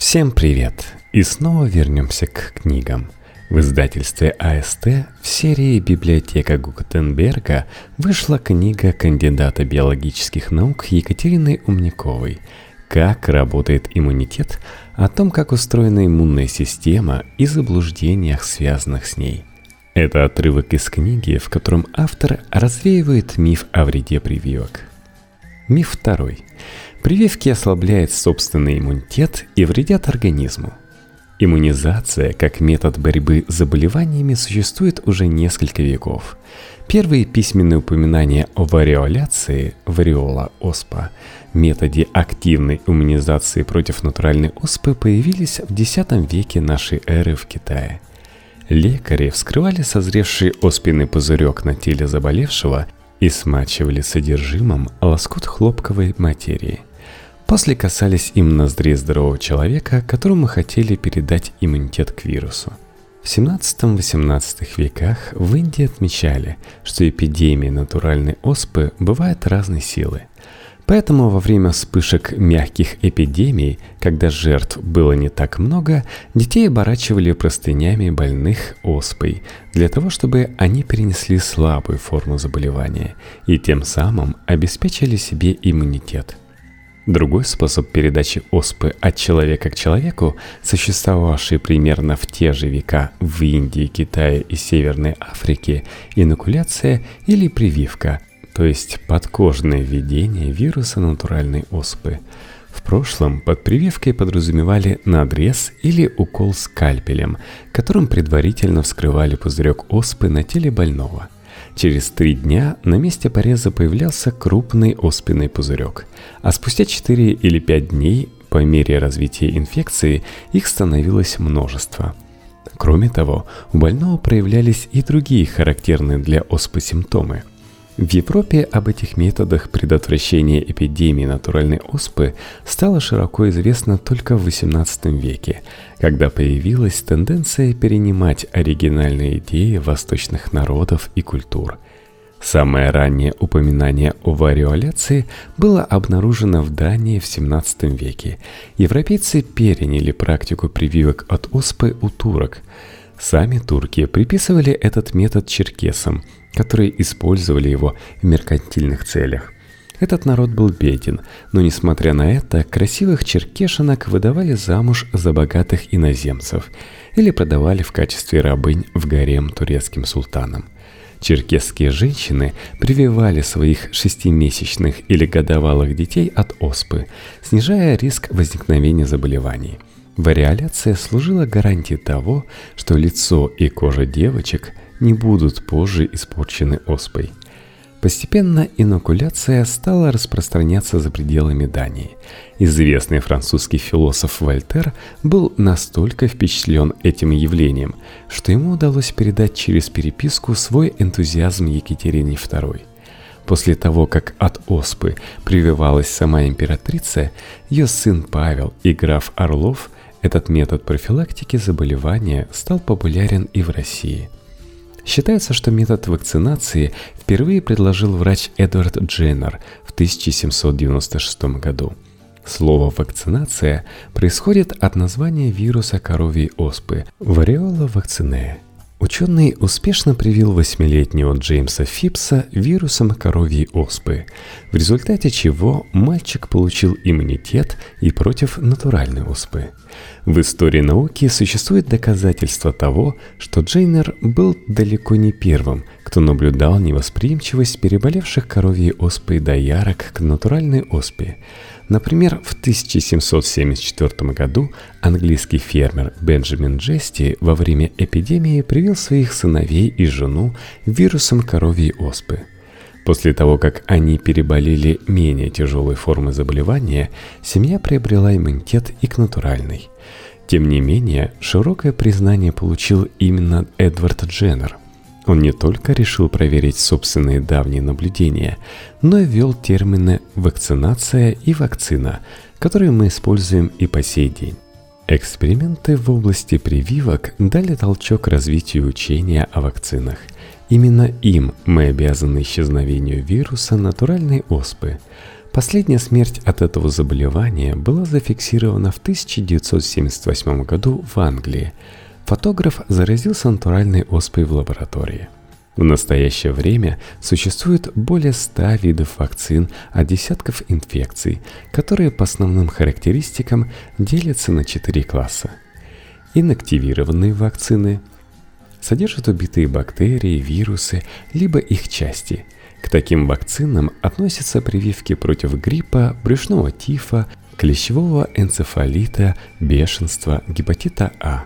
Всем привет! И снова вернемся к книгам. В издательстве АСТ в серии «Библиотека Гутенберга» вышла книга кандидата биологических наук Екатерины Умниковой «Как работает иммунитет», о том, как устроена иммунная система и заблуждениях, связанных с ней. Это отрывок из книги, в котором автор развеивает миф о вреде прививок. Миф второй. Прививки ослабляют собственный иммунитет и вредят организму. Иммунизация как метод борьбы с заболеваниями существует уже несколько веков. Первые письменные упоминания о вариоляции, вариола оспа, методе активной иммунизации против натуральной оспы появились в X веке нашей эры в Китае. Лекари вскрывали созревший оспенный пузырек на теле заболевшего и смачивали содержимым лоскут хлопковой материи. После касались им ноздрей здорового человека, которому хотели передать иммунитет к вирусу. В XVII-XVIII веках в Индии отмечали, что эпидемии натуральной оспы бывают разной силы. Поэтому во время вспышек мягких эпидемий, когда жертв было не так много, детей оборачивали простынями больных оспой, для того, чтобы они перенесли слабую форму заболевания и тем самым обеспечили себе иммунитет. Другой способ передачи оспы от человека к человеку, существовавший примерно в те же века в Индии, Китае и Северной Африке, инокуляция или прививка, то есть подкожное введение вируса натуральной оспы. В прошлом под прививкой подразумевали надрез или укол скальпелем, которым предварительно вскрывали пузырек оспы на теле больного. Через 3 дня на месте пореза появлялся крупный оспенный пузырек, а спустя 4 или 5 дней, по мере развития инфекции, их становилось множество. Кроме того, у больного проявлялись и другие характерные для оспы симптомы. В Европе об этих методах предотвращения эпидемии натуральной оспы стало широко известно только в XVIII веке, когда появилась тенденция перенимать оригинальные идеи восточных народов и культур. Самое раннее упоминание о вариоляции было обнаружено в Дании в XVII веке. Европейцы переняли практику прививок от оспы у турок. Сами турки приписывали этот метод черкесам, которые использовали его в меркантильных целях. Этот народ был беден, но, несмотря на это, красивых черкешенок выдавали замуж за богатых иноземцев или продавали в качестве рабынь в гарем турецким султанам. Черкесские женщины прививали своих 6-месячных или годовалых детей от оспы, снижая риск возникновения заболеваний. Вариоляция служила гарантией того, что лицо и кожа девочек не будут позже испорчены оспой. Постепенно инокуляция стала распространяться за пределами Дании. Известный французский философ Вольтер был настолько впечатлен этим явлением, что ему удалось передать через переписку свой энтузиазм Екатерине II. После того, как от оспы прививалась сама императрица, ее сын Павел и граф Орлов, этот метод профилактики заболевания стал популярен и в России. Считается, что метод вакцинации впервые предложил врач Эдвард Дженнер в 1796 году. Слово «вакцинация» происходит от названия вируса коровьей оспы – вариола вакцинея. Ученый успешно привил 8-летнего Джеймса Фипса вирусом коровьей оспы, в результате чего мальчик получил иммунитет и против натуральной оспы. В истории науки существует доказательство того, что Дженнер был далеко не первым, кто наблюдал невосприимчивость переболевших коровьей оспой доярок к натуральной оспе. Например, в 1774 году английский фермер Бенджамин Джести во время эпидемии привил своих сыновей и жену вирусом коровьей оспы. После того, как они переболели менее тяжелой формой заболевания, семья приобрела иммунитет и к натуральной. Тем не менее, широкое признание получил именно Эдвард Дженнер. Он не только решил проверить собственные давние наблюдения, но и ввел термины «вакцинация» и «вакцина», которые мы используем и по сей день. Эксперименты в области прививок дали толчок развитию учения о вакцинах. Именно им мы обязаны исчезновению вируса натуральной оспы. Последняя смерть от этого заболевания была зафиксирована в 1978 году в Англии. Фотограф заразился натуральной оспой в лаборатории. В настоящее время существует более 100 видов вакцин от десятков инфекций, которые по основным характеристикам делятся на 4 класса. Инактивированные вакцины содержат убитые бактерии, вирусы, либо их части. К таким вакцинам относятся прививки против гриппа, брюшного тифа, клещевого энцефалита, бешенства, гепатита А.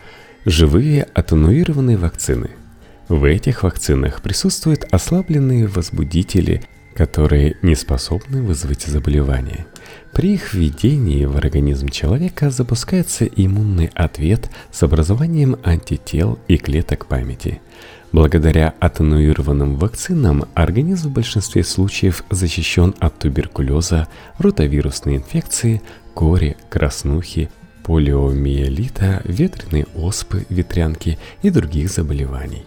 Живые атенуированные вакцины. В этих вакцинах присутствуют ослабленные возбудители, которые не способны вызвать заболевание. При их введении в организм человека запускается иммунный ответ с образованием антител и клеток памяти. Благодаря атенуированным вакцинам организм в большинстве случаев защищен от туберкулеза, ротавирусной инфекции, кори, краснухи, полиомиелита, ветреной оспы, ветрянки и других заболеваний.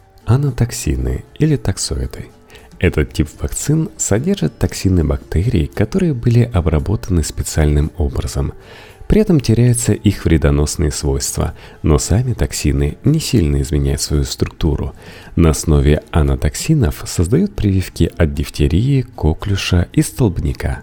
Анатоксины или токсоиды. Этот тип вакцин содержит токсины бактерий, которые были обработаны специальным образом. При этом теряются их вредоносные свойства, но сами токсины не сильно изменяют свою структуру. На основе анатоксинов создают прививки от дифтерии, коклюша и столбняка.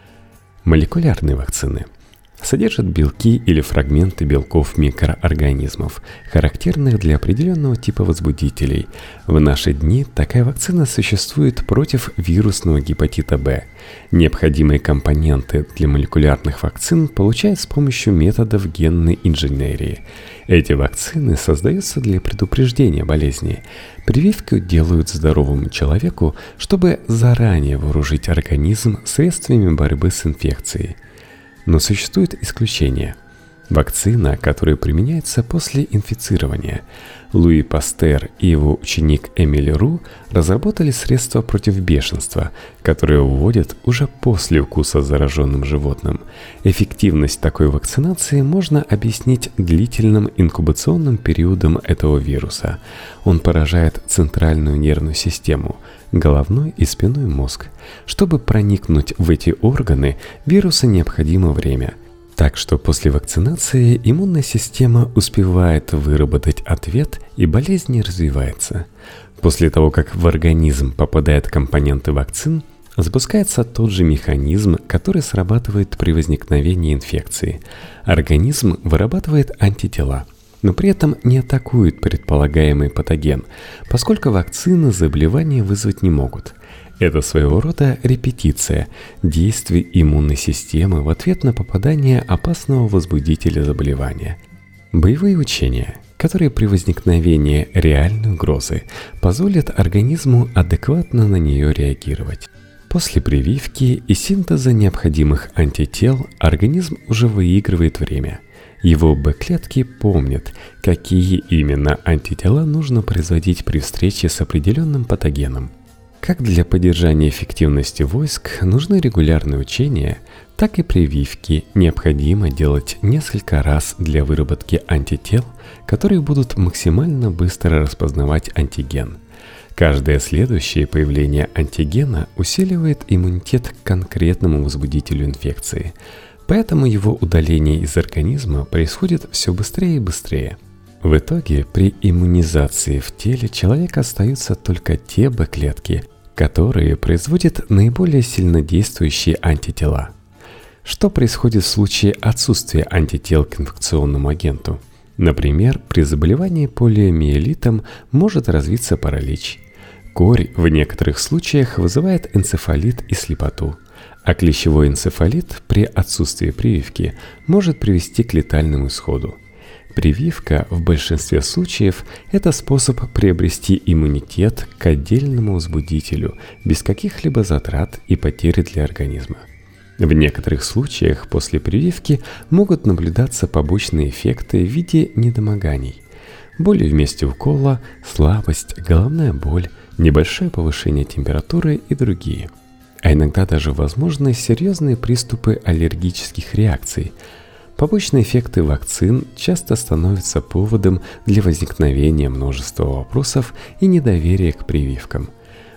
Молекулярные вакцины содержат белки или фрагменты белков микроорганизмов, характерных для определенного типа возбудителей. В наши дни такая вакцина существует против вирусного гепатита Б. Необходимые компоненты для молекулярных вакцин получают с помощью методов генной инженерии. Эти вакцины создаются для предупреждения болезни. Прививку делают здоровому человеку, чтобы заранее вооружить организм средствами борьбы с инфекцией. Но существует исключение. Вакцина, которая применяется после инфицирования. Луи Пастер и его ученик Эмиль Ру разработали средства против бешенства, которые вводят уже после укуса зараженным животным. Эффективность такой вакцинации можно объяснить длительным инкубационным периодом этого вируса. Он поражает центральную нервную систему, головной и спинной мозг. Чтобы проникнуть в эти органы, вирусу необходимо время. Так что после вакцинации иммунная система успевает выработать ответ, и болезнь не развивается. После того, как в организм попадают компоненты вакцин, запускается тот же механизм, который срабатывает при возникновении инфекции. Организм вырабатывает антитела, но при этом не атакует предполагаемый патоген, поскольку вакцины заболевания вызвать не могут. Это своего рода репетиция действий иммунной системы в ответ на попадание опасного возбудителя заболевания. Боевые учения, которые при возникновении реальной угрозы позволят организму адекватно на нее реагировать. После прививки и синтеза необходимых антител организм уже выигрывает время. Его Б-клетки помнят, какие именно антитела нужно производить при встрече с определенным патогеном. Как для поддержания эффективности войск нужны регулярные учения, так и прививки необходимо делать несколько раз для выработки антител, которые будут максимально быстро распознавать антиген. Каждое следующее появление антигена усиливает иммунитет к конкретному возбудителю инфекции, поэтому его удаление из организма происходит все быстрее и быстрее. В итоге при иммунизации в теле человека остаются только те Б-клетки, которые производят наиболее сильнодействующие антитела. Что происходит в случае отсутствия антител к инфекционному агенту? Например, при заболевании полиомиелитом может развиться паралич. Корь в некоторых случаях вызывает энцефалит и слепоту, а клещевой энцефалит при отсутствии прививки может привести к летальному исходу. Прививка в большинстве случаев – это способ приобрести иммунитет к отдельному возбудителю без каких-либо затрат и потери для организма. В некоторых случаях после прививки могут наблюдаться побочные эффекты в виде недомоганий. Боли в месте укола, слабость, головная боль, небольшое повышение температуры и другие. А иногда даже возможны серьезные приступы аллергических реакций. Побочные эффекты вакцин часто становятся поводом для возникновения множества вопросов и недоверия к прививкам.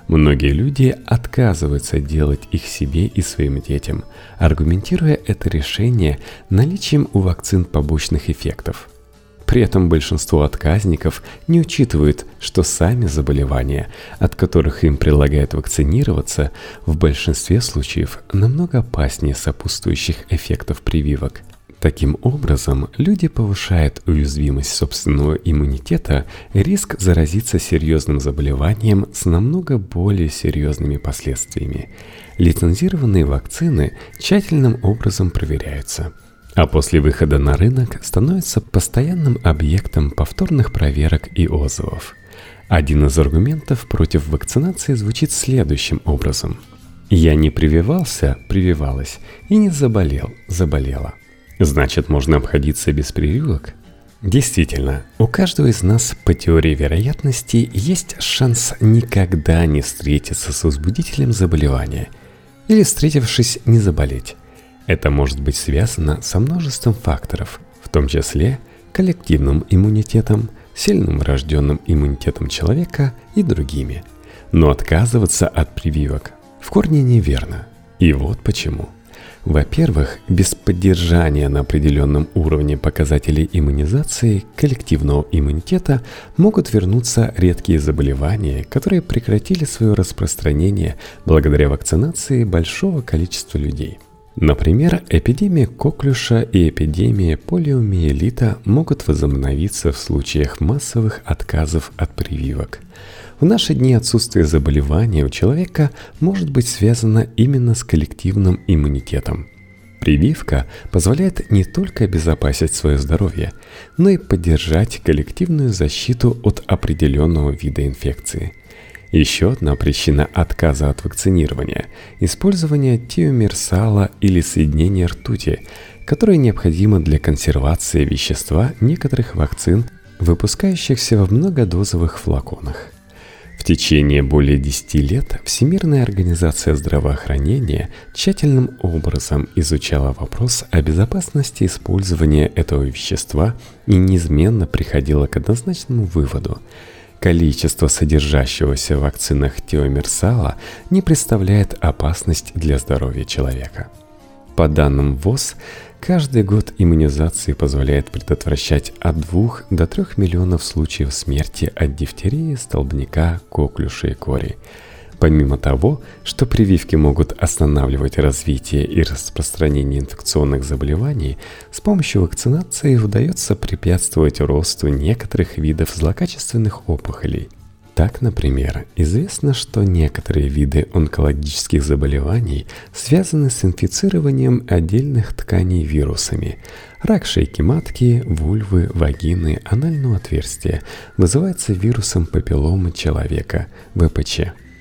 Многие люди отказываются делать их себе и своим детям, аргументируя это решение наличием у вакцин побочных эффектов. При этом большинство отказников не учитывают, что сами заболевания, от которых им предлагают вакцинироваться, в большинстве случаев намного опаснее сопутствующих эффектов прививок. Таким образом, люди повышают уязвимость собственного иммунитета и риск заразиться серьезным заболеванием с намного более серьезными последствиями. Лицензированные вакцины тщательным образом проверяются, а после выхода на рынок становятся постоянным объектом повторных проверок и отзывов. Один из аргументов против вакцинации звучит следующим образом. «Я не прививался, прививалась, и не заболел, заболела. Значит, можно обходиться без прививок?» Действительно, у каждого из нас по теории вероятности есть шанс никогда не встретиться с возбудителем заболевания или, встретившись, не заболеть. Это может быть связано со множеством факторов, в том числе коллективным иммунитетом, сильным врожденным иммунитетом человека и другими. Но отказываться от прививок в корне неверно. И вот почему. Во-первых, без поддержания на определенном уровне показателей иммунизации коллективного иммунитета могут вернуться редкие заболевания, которые прекратили свое распространение благодаря вакцинации большого количества людей. Например, эпидемия коклюша и эпидемия полиомиелита могут возобновиться в случаях массовых отказов от прививок. В наши дни отсутствие заболевания у человека может быть связано именно с коллективным иммунитетом. Прививка позволяет не только обезопасить свое здоровье, но и поддержать коллективную защиту от определенного вида инфекции. Еще одна причина отказа от вакцинирования – использование тиомерсала или соединения ртути, которое необходимо для консервации вещества некоторых вакцин, выпускающихся в многодозовых флаконах. В течение более 10 лет Всемирная организация здравоохранения тщательным образом изучала вопрос о безопасности использования этого вещества и неизменно приходила к однозначному выводу – количество содержащегося в вакцинах тиомерсала не представляет опасность для здоровья человека. По данным ВОЗ, каждый год иммунизации позволяет предотвращать от 2 до 3 миллионов случаев смерти от дифтерии, столбняка, коклюша и кори. Помимо того, что прививки могут останавливать развитие и распространение инфекционных заболеваний, с помощью вакцинации удается препятствовать росту некоторых видов злокачественных опухолей. Так, например, известно, что некоторые виды онкологических заболеваний связаны с инфицированием отдельных тканей вирусами. Рак шейки матки, вульвы, вагины, анального отверстия вызывается вирусом папилломы человека, ВПЧ.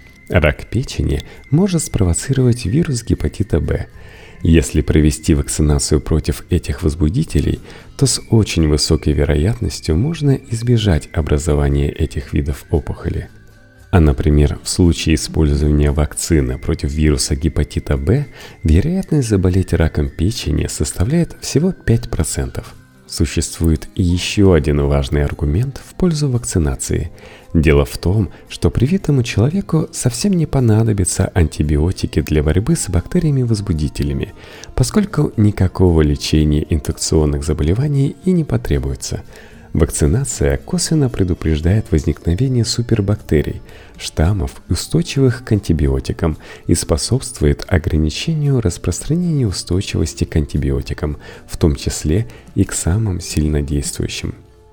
Рак печени может спровоцировать вирус гепатита В. Если провести вакцинацию против этих возбудителей, то с очень высокой вероятностью можно избежать образования этих видов опухоли. А, например, в случае использования вакцины против вируса гепатита В, вероятность заболеть раком печени составляет всего 5%. Существует и еще один важный аргумент в пользу вакцинации. Дело в том, что привитому человеку совсем не понадобятся антибиотики для борьбы с бактериями-возбудителями, поскольку никакого лечения инфекционных заболеваний и не потребуется. Вакцинация косвенно предупреждает возникновение супербактерий, штаммов, устойчивых к антибиотикам, и способствует ограничению распространения устойчивости к антибиотикам, в том числе и к самым сильнодействующим.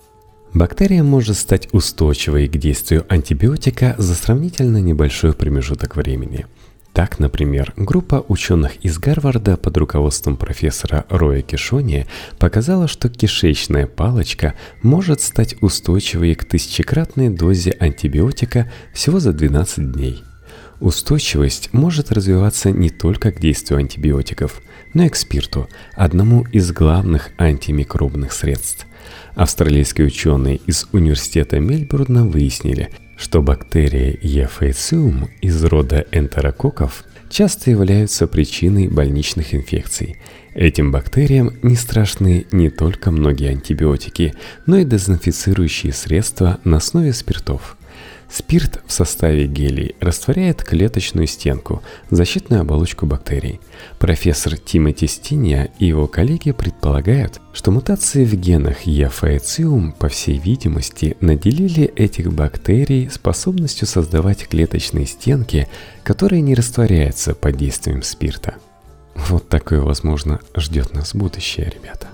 Бактерия может стать устойчивой к действию антибиотика за сравнительно небольшой промежуток времени. Так, например, группа ученых из Гарварда под руководством профессора Роя Кишони показала, что кишечная палочка может стать устойчивой к 1000-кратной дозе антибиотика всего за 12 дней. Устойчивость может развиваться не только к действию антибиотиков, но и к спирту, одному из главных антимикробных средств. Австралийские ученые из университета Мельбурна выяснили, что бактерии Ефейциум из рода энтерококков часто являются причиной больничных инфекций. Этим бактериям не страшны не только многие антибиотики, но и дезинфицирующие средства на основе спиртов. Спирт в составе гелий растворяет клеточную стенку, защитную оболочку бактерий. Профессор Тимоти Стинья и его коллеги предполагают, что мутации в генах Ефаэциум, по всей видимости, наделили этих бактерий способностью создавать клеточные стенки, которые не растворяются под действием спирта. Вот такое, возможно, ждет нас будущее, ребята.